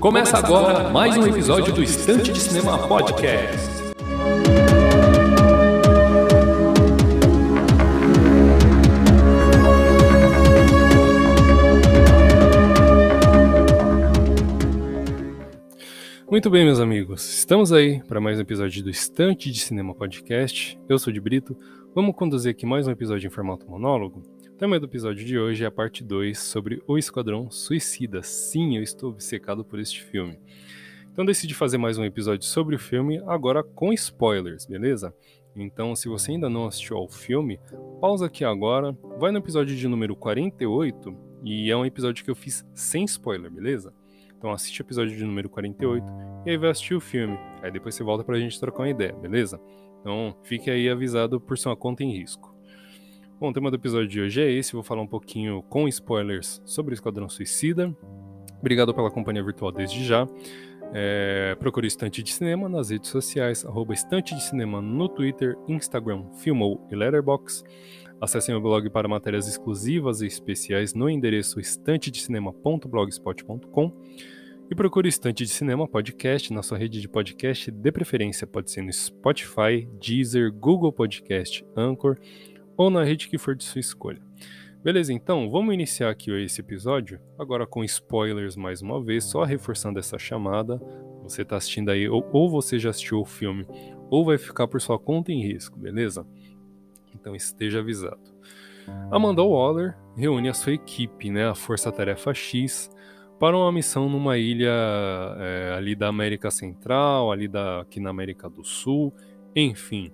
Começa agora mais um episódio do Estante de Cinema Podcast. Muito bem, meus amigos, estamos aí para mais um episódio do Estante de Cinema Podcast. Eu sou de Brito, vamos conduzir aqui mais um episódio em formato monólogo. O tema do episódio de hoje é a parte 2 sobre O Esquadrão Suicida. Sim, eu estou obcecado por este filme. Então decidi fazer mais um episódio sobre o filme, agora com spoilers, beleza? Então, se você ainda não assistiu ao filme, pausa aqui agora, vai no episódio de número 48, e é um episódio que eu fiz sem spoiler, beleza? Então assiste o episódio de número 48 e aí vai assistir o filme. Aí depois você volta pra gente trocar uma ideia, beleza? Então fique aí avisado por sua conta em risco. Bom, o tema do episódio de hoje é esse. Vou falar um pouquinho com spoilers sobre o Esquadrão Suicida. Obrigado pela companhia virtual desde já. Procure Estante de Cinema nas redes sociais, @Estante de Cinema no Twitter, Instagram, Filmou e Letterboxd. Acesse meu blog para matérias exclusivas e especiais no endereço estantedecinema.blogspot.com e procure Estante de Cinema Podcast na sua rede de podcast, de preferência pode ser no Spotify, Deezer, Google Podcast, Anchor ou na rede que for de sua escolha. Beleza, então vamos iniciar aqui esse episódio, agora com spoilers mais uma vez, só reforçando essa chamada. Você está assistindo aí, ou você já assistiu o filme, ou vai ficar por sua conta em risco, beleza? Então esteja avisado. Amanda Waller reúne a sua equipe, a Força Tarefa X, para uma missão numa ilha ali da América Central, aqui na América do Sul, enfim.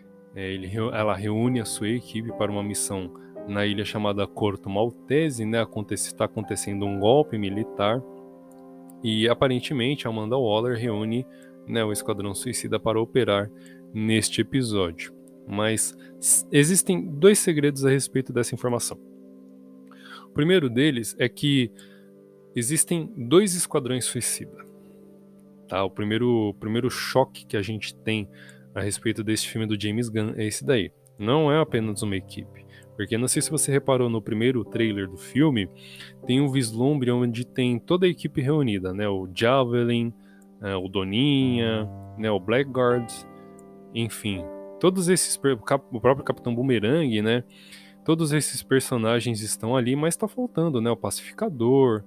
Ela reúne a sua equipe para uma missão na ilha chamada Corto Maltese, está acontecendo um golpe militar e aparentemente Amanda Waller reúne o Esquadrão Suicida para operar neste episódio. Mas existem dois segredos a respeito dessa informação. O primeiro deles é que existem dois esquadrões suicida. Tá? O primeiro choque que a gente tem a respeito desse filme do James Gunn é esse daí. Não é apenas uma equipe. Porque não sei se você reparou no primeiro trailer do filme, tem um vislumbre onde tem toda a equipe reunida, o Javelin, o Doninha, o Blackguard, enfim. Todos esses, o próprio Capitão Boomerang, todos esses personagens estão ali, mas está faltando, o Pacificador,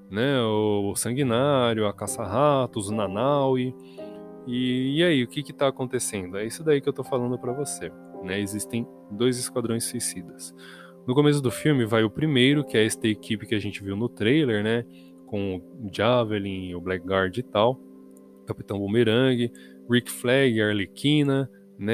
o Sanguinário, a Caça-Ratos, o Nanaue. E aí, o que está acontecendo? É isso daí que eu estou falando para você. Existem dois esquadrões suicidas. No começo do filme vai o primeiro, que é esta equipe que a gente viu no trailer, com o Javelin, o Blackguard e tal, Capitão Boomerang, Rick Flag, a Arlequina,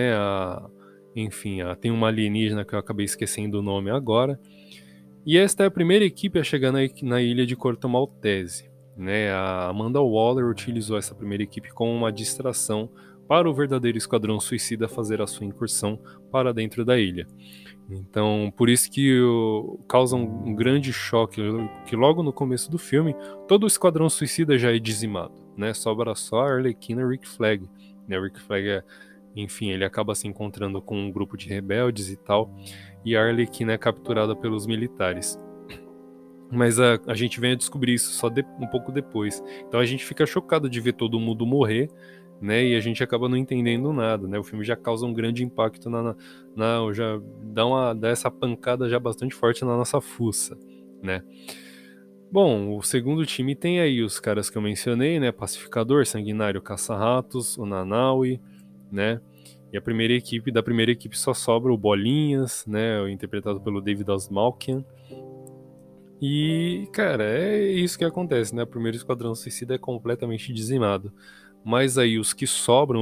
tem uma alienígena que eu acabei esquecendo o nome agora. E esta é a primeira equipe a chegar na ilha de Corto Maltese. A Amanda Waller utilizou essa primeira equipe como uma distração para o verdadeiro Esquadrão Suicida fazer a sua incursão para dentro da ilha. Então, por isso que causa um grande choque, que logo no começo do filme, todo o Esquadrão Suicida já é dizimado, sobra só a Arlequina e Rick Flag. Rick Flag ele acaba se encontrando com um grupo de rebeldes e tal, e a Arlequina é capturada pelos militares. Mas a gente vem a descobrir isso só um pouco depois. Então a gente fica chocado de ver todo mundo morrer, e a gente acaba não entendendo nada, O filme já causa um grande impacto já dá essa pancada já bastante forte na nossa fuça, Bom, o segundo time tem aí os caras que eu mencionei, Pacificador, Sanguinário, Caça-Ratos, o Nanaue, E da primeira equipe só sobra o Bolinhas, interpretado pelo David Osmalkian. E, cara, é isso que acontece, O primeiro Esquadrão Suicida é completamente dizimado. Mas aí os que sobram,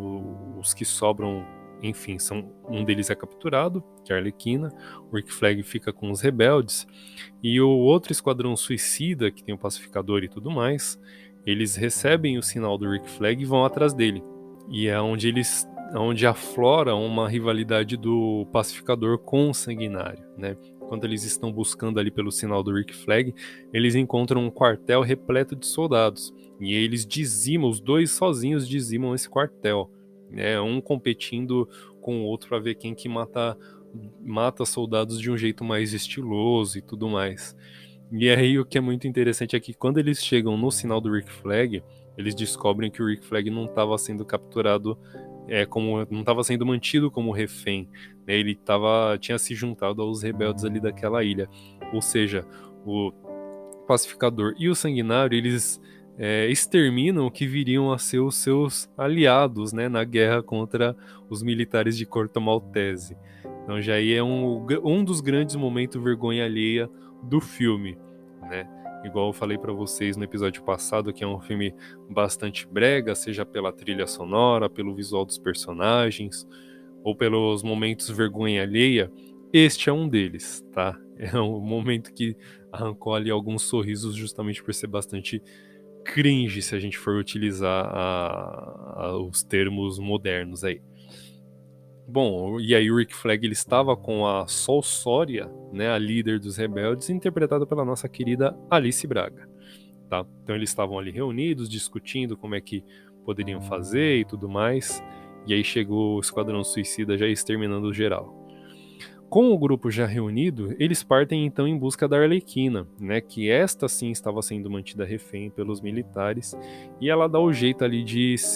enfim, um deles é capturado, que é a Arlequina, o Rick Flag fica com os rebeldes, e o outro Esquadrão Suicida, que tem o Pacificador e tudo mais, eles recebem o sinal do Rick Flag e vão atrás dele. E é onde aflora uma rivalidade do Pacificador com o Sanguinário, Quando eles estão buscando ali pelo sinal do Rick Flag, eles encontram um quartel repleto de soldados. E eles os dois sozinhos dizimam esse quartel. Um competindo com o outro para ver quem que mata soldados de um jeito mais estiloso e tudo mais. E aí o que é muito interessante é que quando eles chegam no sinal do Rick Flag, eles descobrem que o Rick Flag não estava sendo capturado, não estava sendo mantido como refém, né? Ele tinha se juntado aos rebeldes ali daquela ilha. Ou seja, o Pacificador e o Sanguinário, eles exterminam o que viriam a ser os seus aliados, né, na guerra contra os militares de Corto Maltese. Então já aí é um dos grandes momentos vergonha alheia do filme, né? Igual eu falei para vocês no episódio passado, que é um filme bastante brega, seja pela trilha sonora, pelo visual dos personagens, ou pelos momentos vergonha alheia. Este é um deles, tá? É um momento que arrancou ali alguns sorrisos justamente por ser bastante cringe, se a gente for utilizar os termos modernos aí. Bom, e aí o Rick Flag ele estava com a Sol Sória, né, a líder dos rebeldes, interpretada pela nossa querida Alice Braga, tá? Então eles estavam ali reunidos, discutindo como é que poderiam fazer e tudo mais, e aí chegou o Esquadrão Suicida já exterminando geral. Com o grupo já reunido, eles partem então em busca da Arlequina, né, que esta sim estava sendo mantida refém pelos militares, e ela dá o jeito ali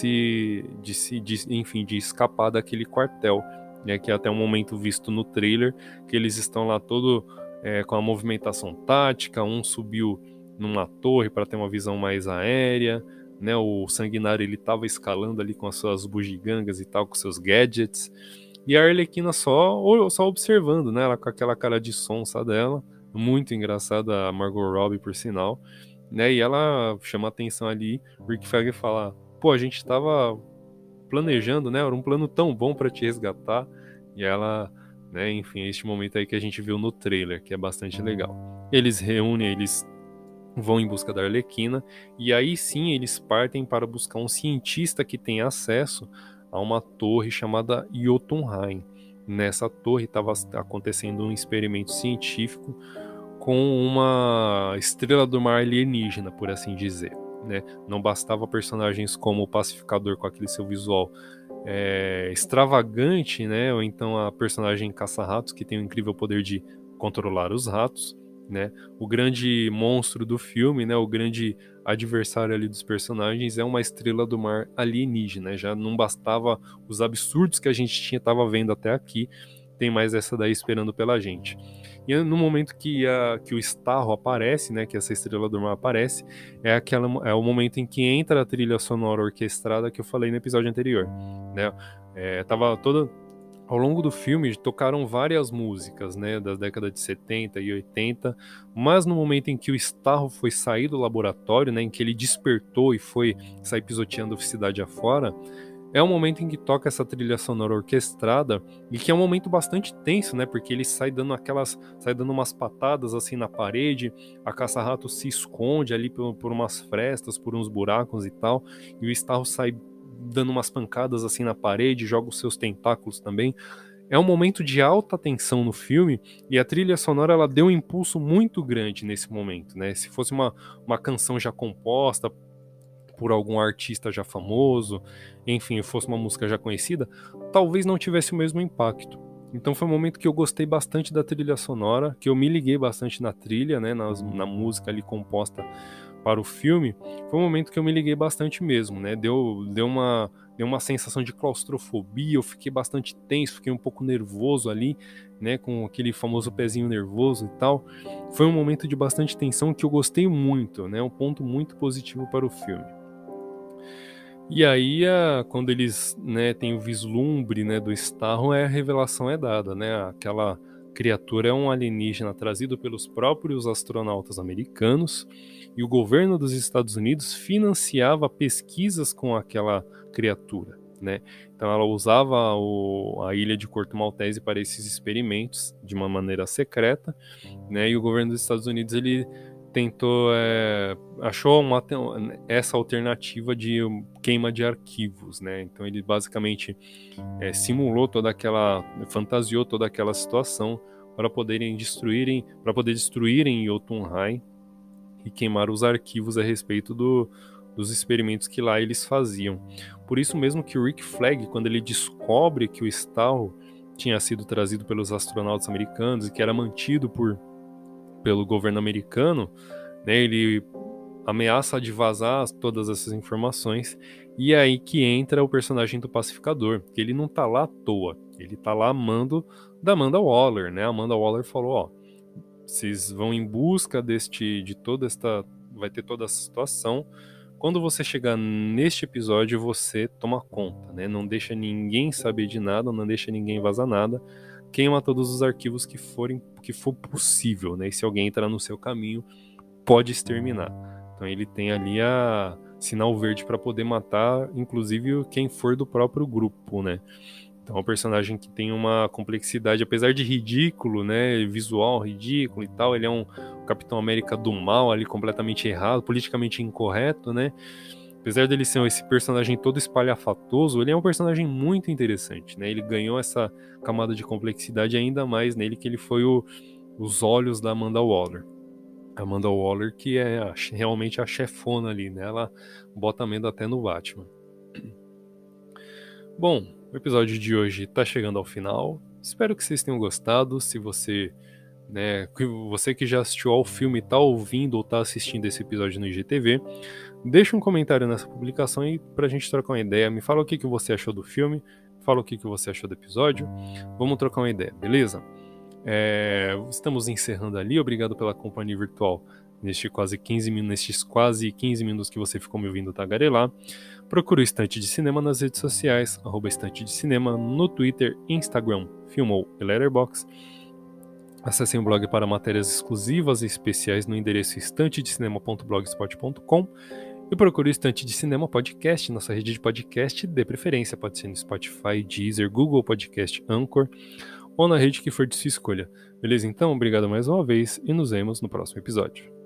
enfim, de escapar daquele quartel, né, que é até um momento visto no trailer, que eles estão lá todo com a movimentação tática, um subiu numa torre para ter uma visão mais aérea, né, o Sanguinário ele estava escalando ali com as suas bugigangas e tal, com seus gadgets. E a Arlequina só observando, né? Ela com aquela cara de sonsa dela. Muito engraçada, a Margot Robbie, por sinal. Né? E ela chama atenção ali. Rick Flag fala: pô, a gente tava planejando, né? Era um plano tão bom para te resgatar. E ela, né? Enfim, este momento aí que a gente viu no trailer, que é bastante legal. Eles reúnem, eles vão em busca da Arlequina. E aí sim eles partem para buscar um cientista que tem acesso a uma torre chamada Jotunheim. Nessa torre estava acontecendo um experimento científico com uma estrela do mar alienígena, por assim dizer. Né? Não bastava personagens como o Pacificador com aquele seu visual extravagante, né? Ou então a personagem Caça-Ratos, que tem o incrível poder de controlar os ratos. Né? O grande monstro do filme, né? O grande adversário ali dos personagens é uma estrela do mar alienígena. Já não bastava os absurdos que a gente estava vendo até aqui, tem mais essa daí esperando pela gente. E no momento que o Starro aparece, né? Que essa estrela do mar aparece, é o momento em que entra a trilha sonora orquestrada que eu falei no episódio anterior. Né? Tava toda ao longo do filme tocaram várias músicas, né, das décadas de 70 e 80, mas no momento em que o Starro foi sair do laboratório, né, em que ele despertou e foi sair pisoteando a cidade afora, é o momento em que toca essa trilha sonora orquestrada e que é um momento bastante tenso, né, porque ele sai dando umas patadas assim na parede, a caça-rato se esconde ali por umas frestas, por uns buracos e tal, e o Starro sai dando umas pancadas assim na parede, joga os seus tentáculos também. É um momento de alta tensão no filme e a trilha sonora ela deu um impulso muito grande nesse momento, né? Se fosse uma canção já composta por algum artista já famoso, enfim, fosse uma música já conhecida, talvez não tivesse o mesmo impacto. Então foi um momento que eu gostei bastante da trilha sonora, que eu me liguei bastante na trilha, né, na música ali composta para o filme. Foi um momento que eu me liguei bastante mesmo, né? Deu uma sensação de claustrofobia, eu fiquei bastante tenso, fiquei um pouco nervoso ali, né, com aquele famoso pezinho nervoso e tal. Foi um momento de bastante tensão que eu gostei muito, né? Um ponto muito positivo para o filme. E aí, quando eles, né, têm o vislumbre, né, do Starro, a revelação é dada, né? Aquela criatura é um alienígena trazido pelos próprios astronautas americanos e o governo dos Estados Unidos financiava pesquisas com aquela criatura, né? Então ela usava a ilha de Corto Maltese para esses experimentos de uma maneira secreta, né? E o governo dos Estados Unidos ele tentou achou essa alternativa de queima de arquivos, né? Então ele basicamente fantasiou toda aquela situação para poder destruírem Jotunheim e queimar os arquivos a respeito dos experimentos que lá eles faziam. Por isso mesmo que o Rick Flag, quando ele descobre que o Starro tinha sido trazido pelos astronautas americanos e que era mantido por pelo governo americano, né, ele ameaça de vazar todas essas informações, e é aí que entra o personagem do pacificador, que ele não tá lá à toa, ele tá lá a mando da Amanda Waller, né? A Amanda Waller falou, ó, vocês vão em busca vai ter toda essa situação. Quando você chegar neste episódio, você toma conta, né? Não deixa ninguém saber de nada, não deixa ninguém vazar nada, queima todos os arquivos que for possível, né? E se alguém entrar no seu caminho, pode exterminar. Então ele tem ali a sinal verde para poder matar, inclusive quem for do próprio grupo, né? Então é um personagem que tem uma complexidade, apesar de ridículo, né? Visual ridículo e tal, ele é um Capitão América do mal ali, completamente errado, politicamente incorreto, né? Apesar dele ser esse personagem todo espalhafatoso, ele é um personagem muito interessante, né? Ele ganhou essa camada de complexidade ainda mais nele, que ele foi os olhos da Amanda Waller. Amanda Waller, que é realmente a chefona ali, né? Ela bota medo até no Batman. Bom, o episódio de hoje tá chegando ao final. Espero que vocês tenham gostado. Se você, né, você que já assistiu ao filme, tá ouvindo ou tá assistindo esse episódio no IGTV, deixa um comentário nessa publicação aí pra gente trocar uma ideia. Me fala o que você achou do filme, fala o que você achou do episódio. Vamos trocar uma ideia, beleza? Estamos encerrando ali, obrigado pela companhia virtual nestes quase 15 minutos que você ficou me ouvindo tagarelar. Procure o Estante de Cinema nas redes sociais, @Estante de Cinema, no Twitter, Instagram, Filmou e Letterboxd. Acessem o blog para matérias exclusivas e especiais no endereço estantedecinema.blogspot.com e procure o Estante de Cinema Podcast, nossa rede de podcast de preferência, pode ser no Spotify, Deezer, Google Podcast, Anchor ou na rede que for de sua escolha. Beleza? Então, obrigado mais uma vez e nos vemos no próximo episódio.